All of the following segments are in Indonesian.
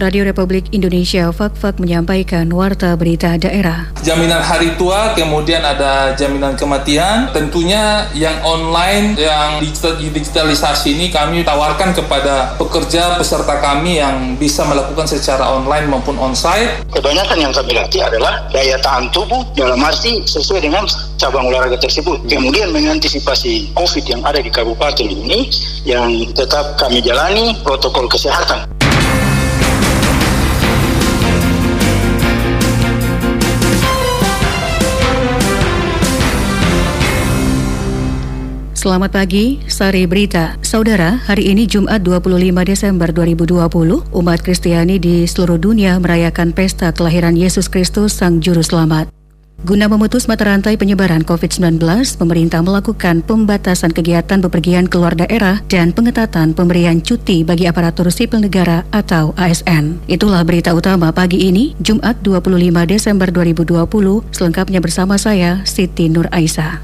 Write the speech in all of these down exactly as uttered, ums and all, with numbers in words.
Radio Republik Indonesia Fak-Fak menyampaikan warta berita daerah. Jaminan hari tua, kemudian ada jaminan kematian. Tentunya yang online, yang digitalisasi ini kami tawarkan kepada pekerja peserta kami yang bisa melakukan secara online maupun onsite. Kebanyakan yang kami latih adalah daya tahan tubuh dalam arti sesuai dengan cabang olahraga tersebut. Kemudian mengantisipasi COVID yang ada di kabupaten ini yang tetap kami jalani protokol kesehatan. Selamat pagi, Sari Berita. Saudara, hari ini Jumat dua puluh lima Desember dua ribu dua puluh, umat Kristiani di seluruh dunia merayakan pesta kelahiran Yesus Kristus Sang Juru Selamat. Guna memutus mata rantai penyebaran covid sembilan belas, pemerintah melakukan pembatasan kegiatan bepergian keluar daerah dan pengetatan pemberian cuti bagi aparatur sipil negara atau A S N. Itulah berita utama pagi ini, Jumat dua puluh lima Desember dua ribu dua puluh, selengkapnya bersama saya, Siti Nur Aisyah.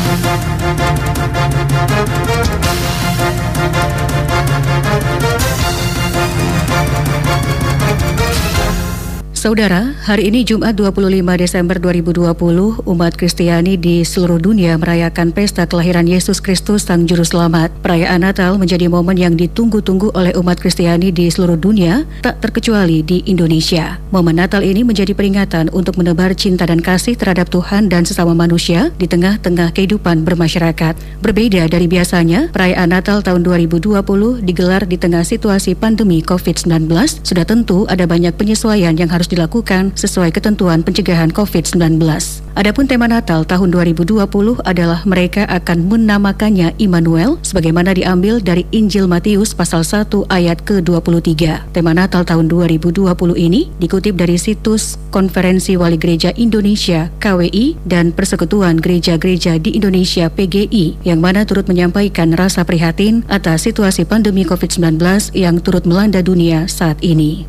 Saudara, hari ini Jumat dua puluh lima Desember dua ribu dua puluh, umat Kristiani di seluruh dunia merayakan pesta kelahiran Yesus Kristus Sang Juru Selamat. Perayaan Natal menjadi momen yang ditunggu-tunggu oleh umat Kristiani di seluruh dunia, tak terkecuali di Indonesia. Momen Natal ini menjadi peringatan untuk menebar cinta dan kasih terhadap Tuhan dan sesama manusia di tengah-tengah kehidupan bermasyarakat. Berbeda dari biasanya, perayaan Natal tahun dua ribu dua puluh digelar di tengah situasi pandemi covid sembilan belas. Sudah tentu ada banyak penyesuaian yang harus dilakukan sesuai ketentuan pencegahan covid sembilan belas. Adapun tema Natal tahun dua ribu dua puluh adalah mereka akan menamakannya Immanuel, sebagaimana diambil dari Injil Matius pasal satu ayat ke dua puluh tiga. Tema Natal tahun dua ribu dua puluh ini dikutip dari situs Konferensi Wali Gereja Indonesia K W I dan Persekutuan Gereja-Gereja di Indonesia P G I, yang mana turut menyampaikan rasa prihatin atas situasi pandemi covid sembilan belas yang turut melanda dunia saat ini.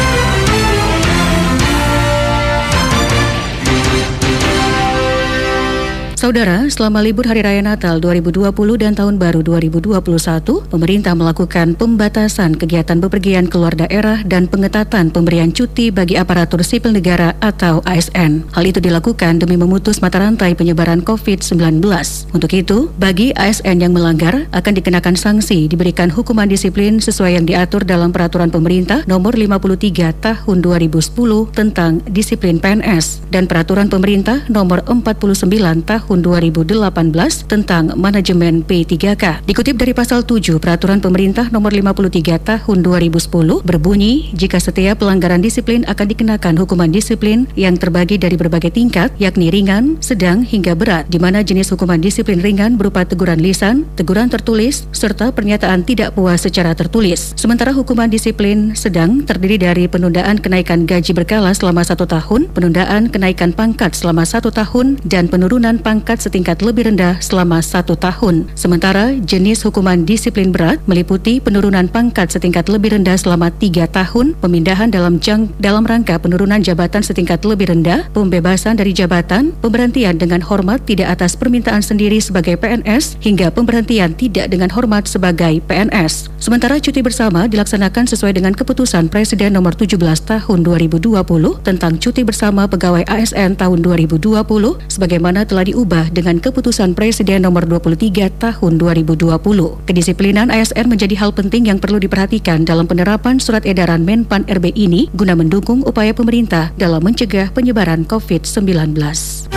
Saudara, selama libur Hari Raya Natal dua ribu dua puluh dan Tahun Baru dua ribu dua puluh satu, pemerintah melakukan pembatasan kegiatan bepergian keluar daerah dan pengetatan pemberian cuti bagi aparatur sipil negara atau A S N. Hal itu dilakukan demi memutus mata rantai penyebaran covid sembilan belas. Untuk itu, bagi A S N yang melanggar akan dikenakan sanksi, diberikan hukuman disiplin sesuai yang diatur dalam Peraturan Pemerintah Nomor lima puluh tiga Tahun dua ribu sepuluh tentang disiplin P N S dan Peraturan Pemerintah Nomor empat puluh sembilan Tahun dua ribu delapan belas tentang manajemen P tiga K. Dikutip dari pasal tujuh Peraturan Pemerintah Nomor lima puluh tiga Tahun dua ribu sepuluh berbunyi, jika setiap pelanggaran disiplin akan dikenakan hukuman disiplin yang terbagi dari berbagai tingkat, yakni ringan, sedang, hingga berat, di mana jenis hukuman disiplin ringan berupa teguran lisan, teguran tertulis, serta pernyataan tidak puas secara tertulis. Sementara hukuman disiplin sedang terdiri dari penundaan kenaikan gaji berkala selama satu tahun, penundaan kenaikan pangkat selama satu tahun, dan penurunan pangkat pangkat setingkat lebih rendah selama satu tahun. Sementara jenis hukuman disiplin berat meliputi penurunan pangkat setingkat lebih rendah selama tiga tahun, pemindahan dalam jang, dalam rangka penurunan jabatan setingkat lebih rendah, pembebasan dari jabatan, pemberhentian dengan hormat tidak atas permintaan sendiri sebagai P N S, hingga pemberhentian tidak dengan hormat sebagai P N S. Sementara cuti bersama dilaksanakan sesuai dengan keputusan Presiden Nomor tujuh belas Tahun dua ribu dua puluh tentang cuti bersama pegawai A S N tahun dua ribu dua puluh, sebagaimana telah diubah dengan keputusan Presiden Nomor dua puluh tiga Tahun dua ribu dua puluh. Kedisiplinan A S N menjadi hal penting yang perlu diperhatikan dalam penerapan surat edaran Menpan R B ini guna mendukung upaya pemerintah dalam mencegah penyebaran covid sembilan belas.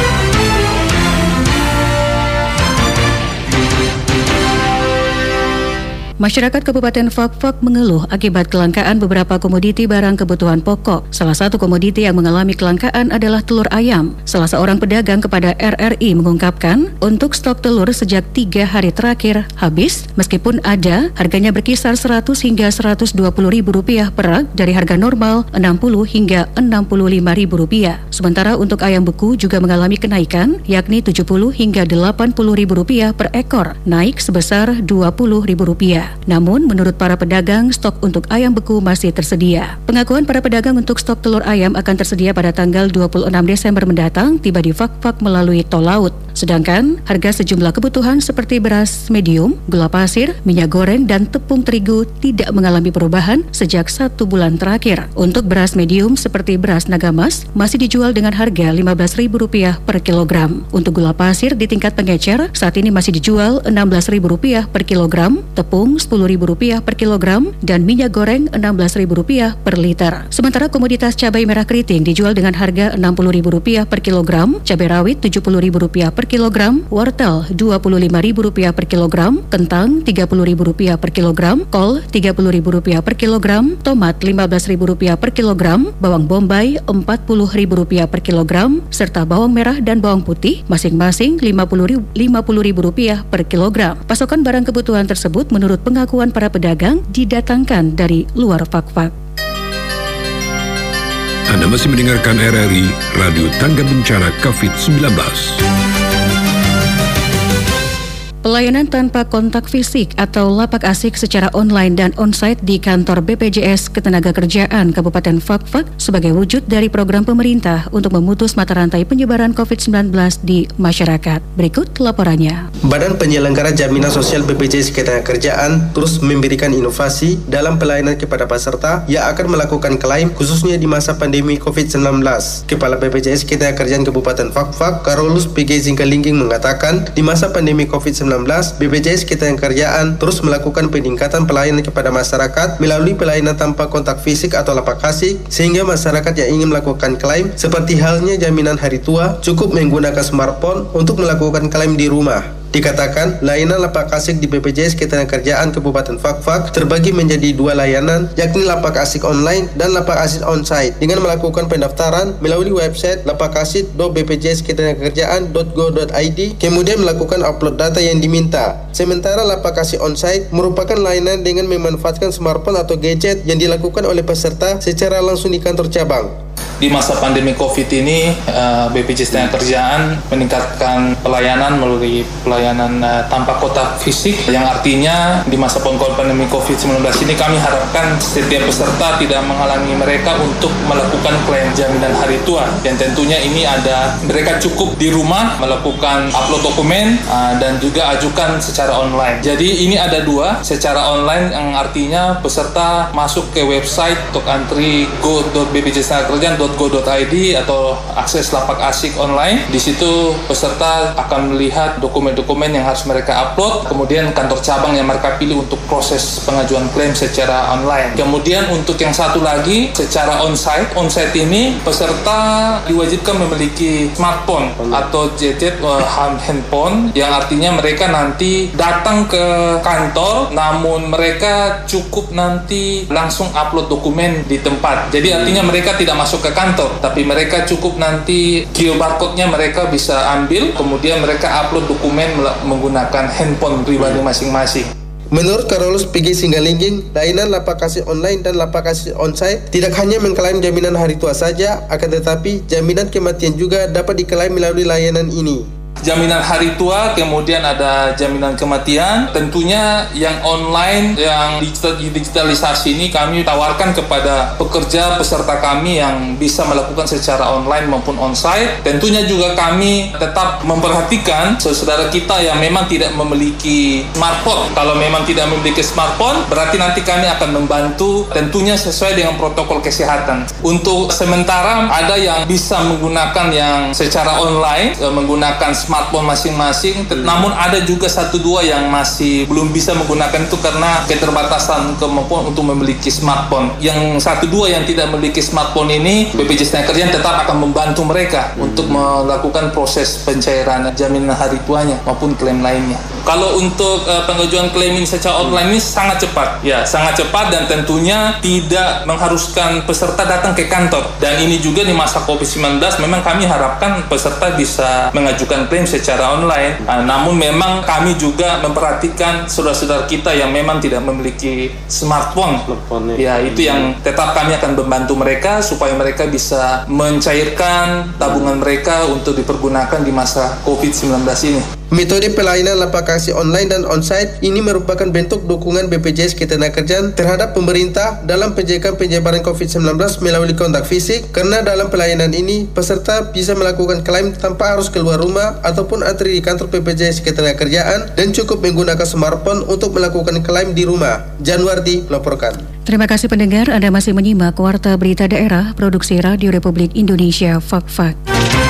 Masyarakat Kabupaten Fak-Fak mengeluh akibat kelangkaan beberapa komoditi barang kebutuhan pokok. Salah satu komoditi yang mengalami kelangkaan adalah telur ayam. Salah seorang pedagang kepada R R I mengungkapkan, untuk stok telur sejak tiga hari terakhir habis, meskipun ada, harganya berkisar seratus hingga seratus dua puluh ribu rupiah per rak dari harga normal enam puluh hingga enam puluh lima ribu rupiah. Sementara untuk ayam beku juga mengalami kenaikan, yakni tujuh puluh hingga delapan puluh ribu rupiah per ekor, naik sebesar dua puluh ribu rupiah. tersedia. Namun, menurut para pedagang, stok untuk ayam beku masih tersedia. Pengakuan para pedagang untuk stok telur ayam akan tersedia pada tanggal dua puluh enam Desember mendatang tiba di Fak-Fak melalui tol laut. Sedangkan harga sejumlah kebutuhan seperti beras medium, gula pasir, minyak goreng, dan tepung terigu tidak mengalami perubahan sejak satu bulan terakhir. Untuk beras medium seperti beras Nagamas masih dijual dengan harga lima belas ribu rupiah per kilogram. Untuk gula pasir di tingkat pengecer saat ini masih dijual enam belas ribu rupiah per kilogram, tepung sepuluh ribu rupiah per kilogram, dan minyak goreng enam belas ribu rupiah per liter. Sementara komoditas cabai merah keriting dijual dengan harga enam puluh ribu rupiah per kilogram, cabai rawit tujuh puluh ribu rupiah per kilogram, wortel dua puluh lima ribu rupiah per kilogram, kentang tiga puluh ribu rupiah per kilogram, kol tiga puluh ribu rupiah per kilogram, tomat lima belas ribu rupiah per kilogram, bawang bombay empat puluh ribu rupiah per kilogram, serta bawang merah dan bawang putih masing-masing lima puluh ribu rupiah per kilogram. Pasokan barang kebutuhan tersebut menurut pengakuan para pedagang didatangkan dari luar Fak-Fak. Anda masih mendengarkan R R I Radio Tangga Bencana covid sembilan belas. Pelayanan tanpa kontak fisik atau lapak asik secara online dan onsite di kantor B P J S Ketenagakerjaan Kabupaten Fak-Fak sebagai wujud dari program pemerintah untuk memutus mata rantai penyebaran covid sembilan belas di masyarakat. Berikut laporannya. Badan Penyelenggara Jaminan Sosial B P J S Ketenagakerjaan terus memberikan inovasi dalam pelayanan kepada peserta yang akan melakukan klaim khususnya di masa pandemi covid sembilan belas. Kepala B P J S Ketenagakerjaan Kabupaten Fak-Fak, Carolus P G Singkalingging mengatakan, di masa pandemi covid sembilan belas, B P J S Ketenagakerjaan terus melakukan peningkatan pelayanan kepada masyarakat melalui pelayanan tanpa kontak fisik atau lapak asik, sehingga masyarakat yang ingin melakukan klaim seperti halnya jaminan hari tua cukup menggunakan smartphone untuk melakukan klaim di rumah. Dikatakan, layanan lapak asik di B P J S Ketenagakerjaan Kabupaten Fak-Fak terbagi menjadi dua layanan, yakni lapak asik online dan lapak asik onsite, dengan melakukan pendaftaran melalui website lapakasik dot b p j s ketenagakerjaan dot go dot i d, kemudian melakukan upload data yang diminta. Sementara lapak asik onsite merupakan layanan dengan memanfaatkan smartphone atau gadget yang dilakukan oleh peserta secara langsung di kantor cabang. Di masa pandemi COVID ini, B P J S Ketenagakerjaan meningkatkan pelayanan melalui pelayanan tanpa kontak fisik, yang artinya di masa pandemi covid sembilan belas ini kami harapkan setiap peserta tidak menghalangi mereka untuk melakukan klaim jaminan hari tua, yang tentunya ini ada mereka cukup di rumah melakukan upload dokumen dan juga ajukan secara online. Jadi ini ada dua, secara online yang artinya peserta masuk ke website untuk antri go dot b p j s ketenagakerjaan dot go dot i d atau akses lapak asik online. Di situ peserta akan melihat dokumen-dokumen yang harus mereka upload, kemudian kantor cabang yang mereka pilih untuk proses pengajuan klaim secara online. Kemudian untuk yang satu lagi secara onsite, onsite ini peserta diwajibkan memiliki smartphone atau gadget uh, handphone, yang artinya mereka nanti datang ke kantor, namun mereka cukup nanti langsung upload dokumen di tempat. Jadi artinya mereka tidak masuk ke kantor, tapi mereka cukup nanti Q R code-nya mereka bisa ambil, kemudian mereka upload dokumen menggunakan handphone pribadi masing-masing. Menurut Carolus P G Singkalingging, layanan lapak asik online dan lapak asik onsite tidak hanya mengklaim jaminan hari tua saja, akan tetapi jaminan kematian juga dapat diklaim melalui layanan ini. Jaminan hari tua, kemudian ada jaminan kematian. Tentunya yang online, yang digitalisasi ini kami tawarkan kepada pekerja peserta kami yang bisa melakukan secara online maupun onsite. Tentunya juga kami tetap memperhatikan saudara kita yang memang tidak memiliki smartphone. Kalau memang tidak memiliki smartphone, berarti nanti kami akan membantu tentunya sesuai dengan protokol kesehatan. Untuk sementara ada yang bisa menggunakan yang secara online, menggunakan smartphone masing-masing, namun ada juga satu dua yang masih belum bisa menggunakan itu karena keterbatasan kemampuan untuk memiliki smartphone. Yang satu dua yang tidak memiliki smartphone ini, B P J S Ketenagakerjaan tetap akan membantu mereka hmm. untuk melakukan proses pencairan jaminan hari tuanya maupun klaim lainnya. Kalau untuk uh, pengajuan klaim ini secara online ini sangat cepat, ya sangat cepat, dan tentunya tidak mengharuskan peserta datang ke kantor. Dan ini juga di masa covid sembilan belas memang kami harapkan peserta bisa mengajukan klaim secara online. Nah, namun memang kami juga memperhatikan saudara-saudara kita yang memang tidak memiliki smartphone. Ya, itu yang tetap kami akan membantu mereka supaya mereka bisa mencairkan tabungan mereka untuk dipergunakan di masa covid sembilan belas ini. Metode pelayanan lapak aksi online dan onsite ini merupakan bentuk dukungan B P J S Ketenagakerjaan terhadap pemerintah dalam pencegahan penyebaran covid sembilan belas melalui kontak fisik, karena dalam pelayanan ini peserta bisa melakukan klaim tanpa harus keluar rumah ataupun antri di kantor B P J S Ketenagakerjaan dan cukup menggunakan smartphone untuk melakukan klaim di rumah. Januardi melaporkan. Terima kasih pendengar, Anda masih menyimak Warta Berita Daerah Produksi Radio Republik Indonesia Fak-Fak.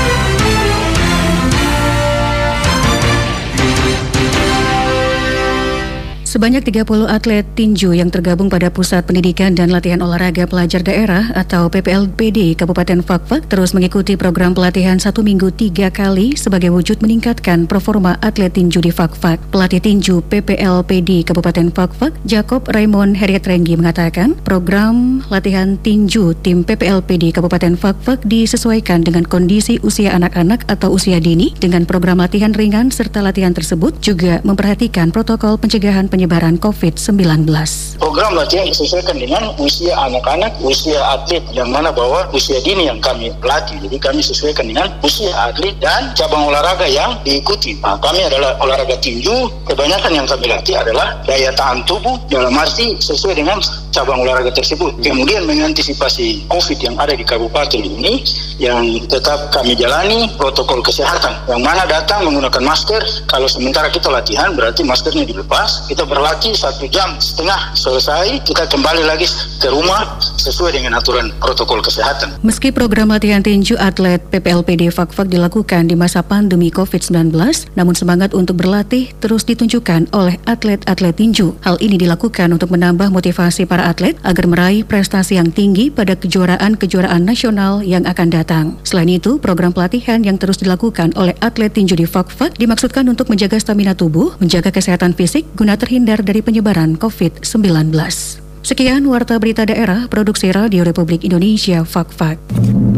Sebanyak tiga puluh atlet tinju yang tergabung pada Pusat Pendidikan dan Latihan Olahraga Pelajar Daerah atau P P L P D Kabupaten Fak-Fak terus mengikuti program pelatihan satu minggu tiga kali sebagai wujud meningkatkan performa atlet tinju di Fak-Fak. Pelatih tinju P P L P D Kabupaten Fak-Fak, Jacob Raymond Heriet Renggi mengatakan program latihan tinju tim P P L P D Kabupaten Fak-Fak disesuaikan dengan kondisi usia anak-anak atau usia dini dengan program latihan ringan serta latihan tersebut juga memperhatikan protokol pencegahan penyebaran penyebaran covid sembilan belas. Program latihan disesuaikan dengan usia anak-anak, usia atlet yang mana bahwa usia dini yang kami pelatih. Jadi kami sesuaikan dengan usia atlet dan cabang olahraga yang diikuti. Nah, kami adalah olahraga tinju. Kebanyakan yang kami latih adalah daya tahan tubuh dalam arti sesuai dengan cabang olahraga tersebut. Kemudian mengantisipasi COVID yang ada di kabupaten ini yang tetap kami jalani protokol kesehatan. Yang mana datang menggunakan masker. Kalau sementara kita latihan berarti maskernya dilepas. Kita berlatih satu jam setengah selesai, kita kembali lagi ke rumah sesuai dengan aturan protokol kesehatan. Meski program latihan tinju atlet P P L P D Fak-Fak dilakukan di masa pandemi covid sembilan belas, namun semangat untuk berlatih terus ditunjukkan oleh atlet-atlet tinju. Hal ini dilakukan untuk menambah motivasi para atlet agar meraih prestasi yang tinggi pada kejuaraan-kejuaraan nasional yang akan datang. Selain itu, program pelatihan yang terus dilakukan oleh atlet tinju di Fak-Fak dimaksudkan untuk menjaga stamina tubuh, menjaga kesehatan fisik guna terhindar dari penyebaran covid sembilan belas. Sekian Warta Berita Daerah Produksi Radio Republik Indonesia Fak-Fak.